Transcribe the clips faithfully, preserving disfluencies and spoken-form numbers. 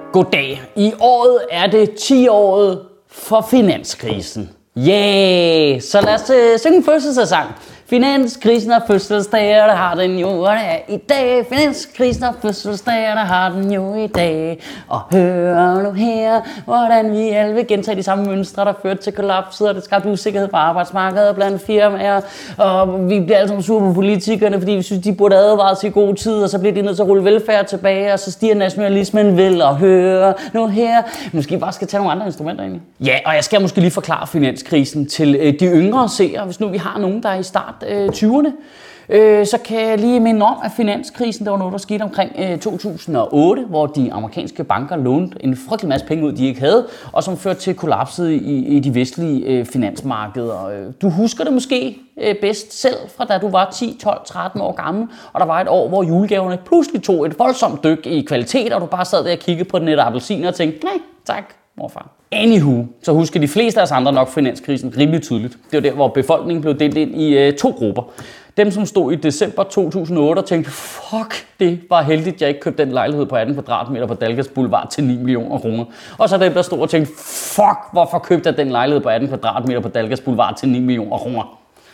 Goddag. I året er det ti-året for finanskrisen. Yeah! Så lad os uh, synge en fødselsdagssang. Finanskrisen har fødselsdag, og der har den jo og det er i dag. Finanskrisen har fødselsdag, og der har den jo i dag. Og hør nu her, hvordan vi alle vil gentage de samme mønstre, der førte til kollapset, og det skabte usikkerhed på arbejdsmarkedet og blandt firmaer. Og vi bliver alle sammen sure på politikerne, fordi vi synes, de burde advare sig i god tid, og så bliver de nødt til at rulle velfærd tilbage, og så stiger nationalismen vel og hør nu her. Måske bare skal tage nogle andre instrumenter ind. Ja, og jeg skal måske lige forklare finanskrisen til øh, de yngre seere, hvis nu vi har nogen, der er i start tyverne, øh, så kan jeg lige minde om, at finanskrisen, der var noget, der skete omkring øh, to tusind og otte, hvor de amerikanske banker lånte en frygtelig masse penge ud, de ikke havde, og som førte til kollapset i, i de vestlige øh, finansmarkeder. Du husker det måske øh, bedst selv, fra da du var ti, tolv, tretten år gammel, og der var et år, hvor julegaverne pludselig tog et voldsomt dyk i kvalitet, og du bare sad der og kiggede på den et appelsiner og tænkte, nej, tak, morfar. Anywho, så husker de fleste af os andre nok finanskrisen rimelig tydeligt. Det var der, hvor befolkningen blev delt ind i øh, to grupper. Dem, som stod i december to tusind og otte og tænkte, fuck, det var heldigt, jeg ikke købte den lejlighed på atten kvadratmeter på Dalgas Boulevard til ni millioner kroner. Og så dem, der stod og tænkte, fuck, hvorfor købte jeg den lejlighed på atten kvadratmeter på Dalgas Boulevard til ni millioner kroner.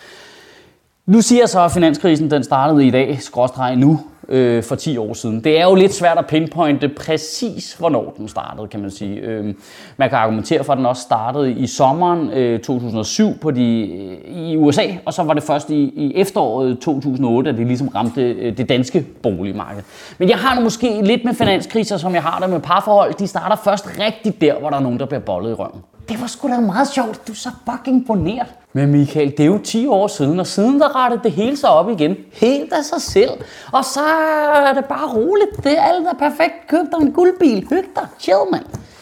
Nu siger jeg så, at finanskrisen den startede i dag, skråstreg nu, øh, for ti år siden. Det er jo lidt svært at pinpointe præcis, hvornår den startede, kan man sige. Øh, man kan argumentere for, at den også startede i sommeren øh, to tusind og syv på de, i U S A, og så var det først i, i efteråret to tusind og otte, at det ligesom ramte øh, det danske boligmarked. Men jeg har nu måske lidt med finanskriser, som jeg har det med parforhold. De starter først rigtigt der, hvor der er nogen, der bliver bollet i røven. Det var sgu da meget sjovt. Du er så fucking imponeret. Men Michael, det er jo ti år siden, og siden der rettede det hele sig op igen. Helt af sig selv. Og så er det bare roligt. Det er alt er perfekt. Køb dig en guldbil. Hyg dig. Chill, mand.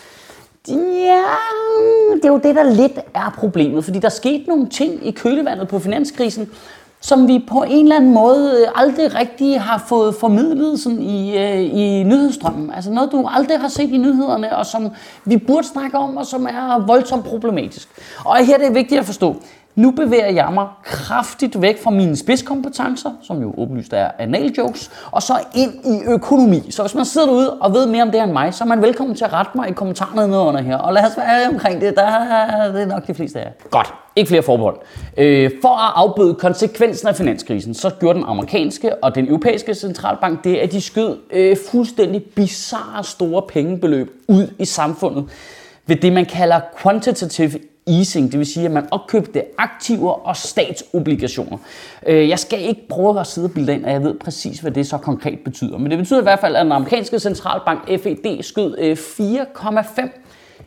Ja, det er jo det, der lidt er problemet. Fordi der skete nogle ting i kølevandet på finanskrisen, som vi på en eller anden måde aldrig rigtig har fået formidlet sådan i, øh, i nyhedsstrømmen. Altså noget, du aldrig har set i nyhederne, og som vi burde snakke om, og som er voldsomt problematisk. Og her er det vigtigt at forstå. Nu bevæger jeg mig kraftigt væk fra mine spidskompetencer, som jo åbenlyst er analjokes, og så ind i økonomi. Så hvis man sidder derude og ved mere om det end mig, så er man velkommen til at rette mig i kommentarerne nedenunder her. Og lad os være omkring det, der det er nok de fleste af jer. Godt, ikke flere forbehold. Øh, for at afbøde konsekvensen af finanskrisen, så gjorde den amerikanske og den europæiske centralbank det, at de skød øh, fuldstændig bizarre store pengebeløb ud i samfundet ved det, man kalder quantitative easing, det vil sige, at man opkøbte aktiver og statsobligationer. Jeg skal ikke prøve at sidde og bilde ind, og jeg ved præcis, hvad det så konkret betyder. Men det betyder i hvert fald, at den amerikanske centralbank F E D skød fire komma fem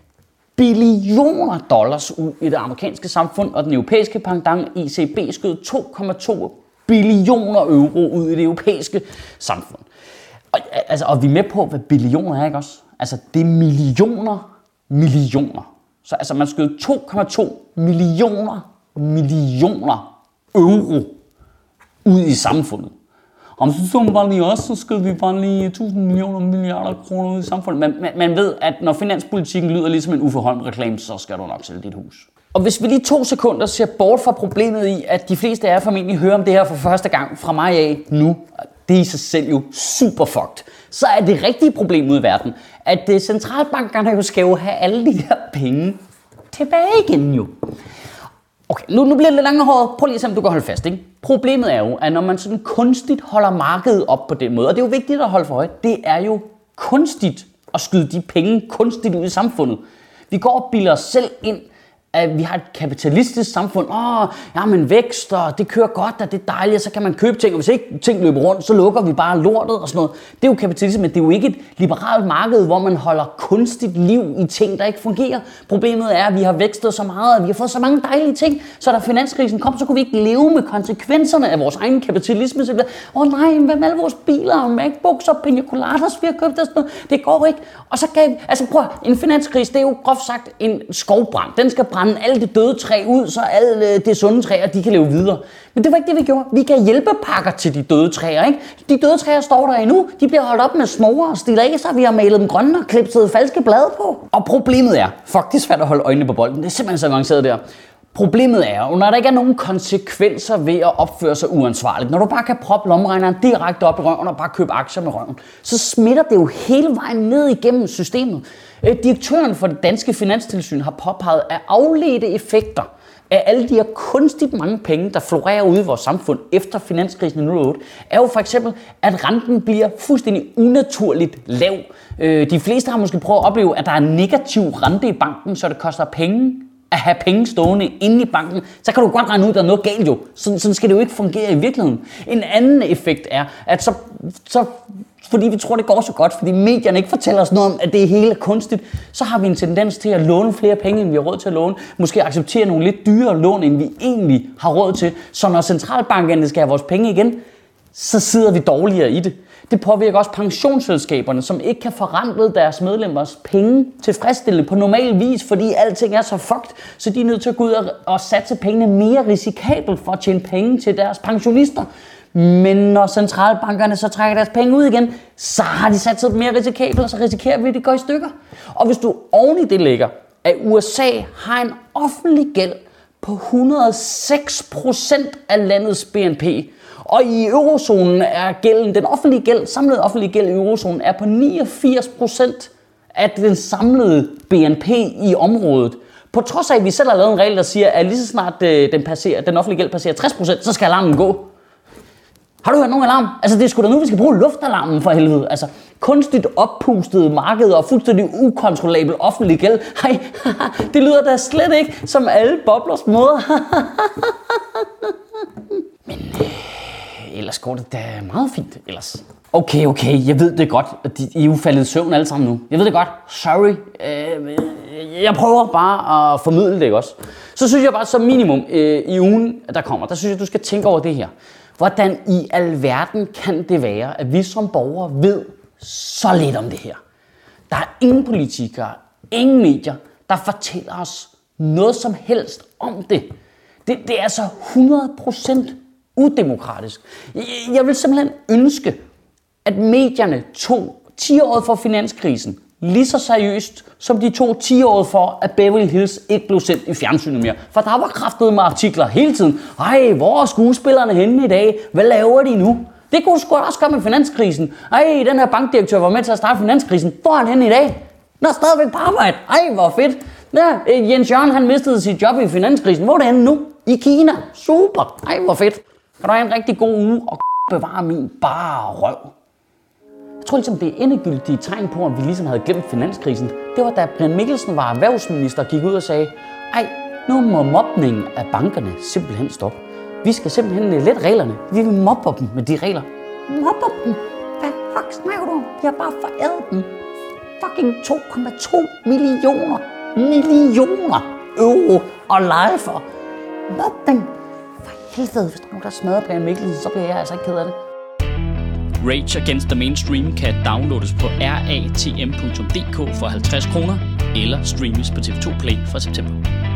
billioner dollars ud i det amerikanske samfund, og den europæiske pendant E C B skød to komma to billioner euro ud i det europæiske samfund. Og, altså, og vi er med på, hvad billioner er, ikke også? Altså, det er millioner, millioner. Så altså, man skød to komma to millioner, millioner euro ud i samfundet. Om så så man bare lige også, så skød vi bare lige tusind millioner milliarder kroner ud i samfundet. Man, man, man ved, at når finanspolitikken lyder ligesom en Uffe Holm-reklame, så skal du nok sælge dit hus. Og hvis vi lige to sekunder ser bort fra problemet i, at de fleste af jer formentlig hører om det her for første gang fra mig af nu, det er i sig selv jo super fucked, så er det rigtige problem ude i verden, at centralbankerne jo skal jo have alle de her penge tilbage igen jo. Okay, nu, nu bliver det lidt langhåret. Prøv lige at se, om du kan holde fast, ikke? Problemet er jo, at når man sådan kunstigt holder markedet op på den måde, og det er jo vigtigt at holde for højt, det er jo kunstigt at skyde de penge kunstigt ud i samfundet. Vi går og bilder os selv ind, at vi har et kapitalistisk samfund. Åh, ja, men vækst, og det kører godt, og det er dejligt, så kan man købe ting, og hvis ikke ting løber rundt, så lukker vi bare lortet og sådan noget. Det er jo kapitalisme, men det er jo ikke et liberalt marked, hvor man holder kunstigt liv i ting, der ikke fungerer. Problemet er, at vi har vækstet så meget, og vi har fået så mange dejlige ting, så da finanskrisen kom, så kunne vi ikke leve med konsekvenserne af vores egen kapitalisme. Så åh oh, nej, hvad med alle vores biler og MacBooks og pina coladas, vi har købt og sådan noget? Det går ikke. Og så gav, altså prøv, en finanskrise, det er jo groft sagt en skovbrand. Den skal brænde alle det døde træ ud, så alle det sunde træer, de kan leve videre. Men det var ikke det, vi gjorde. Vi kan hjælpe pakker til de døde træer, ikke? De døde træer står der endnu. De bliver holdt op med snore og stillaser. Vi har malet dem grønne og klipset falske blade på. Og problemet er, fuck, det er svært at holde øjnene på bolden. Det er simpelthen så avanceret der. Problemet er jo, når der ikke er nogen konsekvenser ved at opføre sig uansvarligt, når du bare kan proppe lommeregneren direkte op i røven og bare købe aktier med røven, så smitter det jo hele vejen ned igennem systemet. Direktøren for det danske finanstilsyn har påpeget, at afledte effekter af alle de her kunstigt mange penge, der florerer ude i vores samfund efter finanskrisen i nul otte, er jo for eksempel, at renten bliver fuldstændig unaturligt lav. De fleste har måske prøvet at opleve, at der er negativ rente i banken, så det koster penge at have penge stående inde i banken. Så kan du godt regne ud, at der er noget galt jo. Sådan, sådan skal det jo ikke fungere i virkeligheden. En anden effekt er, at så, så fordi vi tror, det går så godt, fordi medierne ikke fortæller os noget om, at det hele er kunstigt, så har vi en tendens til at låne flere penge, end vi har råd til at låne. Måske acceptere nogle lidt dyrere lån, end vi egentlig har råd til. Så når centralbankerne skal have vores penge igen, så sidder vi dårligere i det. Det påvirker også pensionsselskaberne, som ikke kan forrente deres medlemmers penge tilfredsstillende på normal vis, fordi alting er så fucked, så de er nødt til at gå ud og, og satse pengene mere risikabelt for at tjene penge til deres pensionister. Men når centralbankerne så trækker deres penge ud igen, så har de sat sig mere risikabelt, og så risikerer vi, at det går i stykker. Og hvis du oven i det lægger, at U S A har en offentlig gæld på et hundrede og seks procent af landets B N P, og i eurozonen er gælden, den offentlige gæld, samlede offentlige gæld i eurozonen er på niogfirs procent af den samlede B N P i området. På trods af, at vi selv har lavet en regel, der siger, at lige så snart den, passerer, den offentlige gæld passerer tres procent, så skal alarmen gå. Har du hørt nogen alarm? Altså det er sgu da nu, vi skal bruge luftalarmen for helvede. Altså kunstigt oppustede markeder og fuldstændig ukontrollabel offentlig gæld. Hej, det lyder da slet ikke som alle boblers måder. Men øh, ellers går det da meget fint ellers. Okay, okay, jeg ved det godt. I er jo faldet i søvn alle sammen nu. Jeg ved det godt. Sorry. Øh, jeg prøver bare at formidle det, ikke også? Så synes jeg bare som minimum øh, i ugen, der kommer, der synes jeg, du skal tænke over det her. Hvordan i alverden kan det være, at vi som borgere ved så lidt om det her? Der er ingen politikere, ingen medier, der fortæller os noget som helst om det. Det, det er altså hundrede procent udemokratisk. Jeg vil simpelthen ønske, at medierne tog ti-året for finanskrisen lige så seriøst, som de tog ti-året for, at Beverly Hills ikke blev sendt i fjernsynet mere. For der var kraftet med artikler hele tiden. Ej, hvor er skuespillerne henne i dag? Hvad laver de nu? Det kunne sgu også komme med finanskrisen. Ej, den her bankdirektør var med til at starte finanskrisen. Hvor er han henne i dag? Nå, stadigvæk på arbejde. Ej, hvor fedt. Ja, Jens Jørgen, han mistede sit job i finanskrisen. Hvor er det henne nu? I Kina. Super. Ej, hvor fedt. Kan du have en rigtig god uge og bevare min bare røv. Jeg tror ligesom, det er endegyldige tegn på, at vi ligesom havde glemt finanskrisen. Det var, da Brian Mikkelsen var erhvervsminister og gik ud og sagde, ej, nu må mobningen af bankerne simpelthen stoppe. Vi skal simpelthen lette reglerne. Vi vil mobbe dem med de regler. Mobbe dem? Hvad fuck snakker du om? Vi har bare foræret dem. Fucking to komma to millioner. Millioner euro og lege for. Mobning. For helvede, hvis der er nogen, der smadrer Brian Mikkelsen, så bliver jeg altså ikke ked af det. Rage Against the Mainstream kan downloades på r a t m punktum d k for halvtreds kroner eller streames på T V to Play fra september.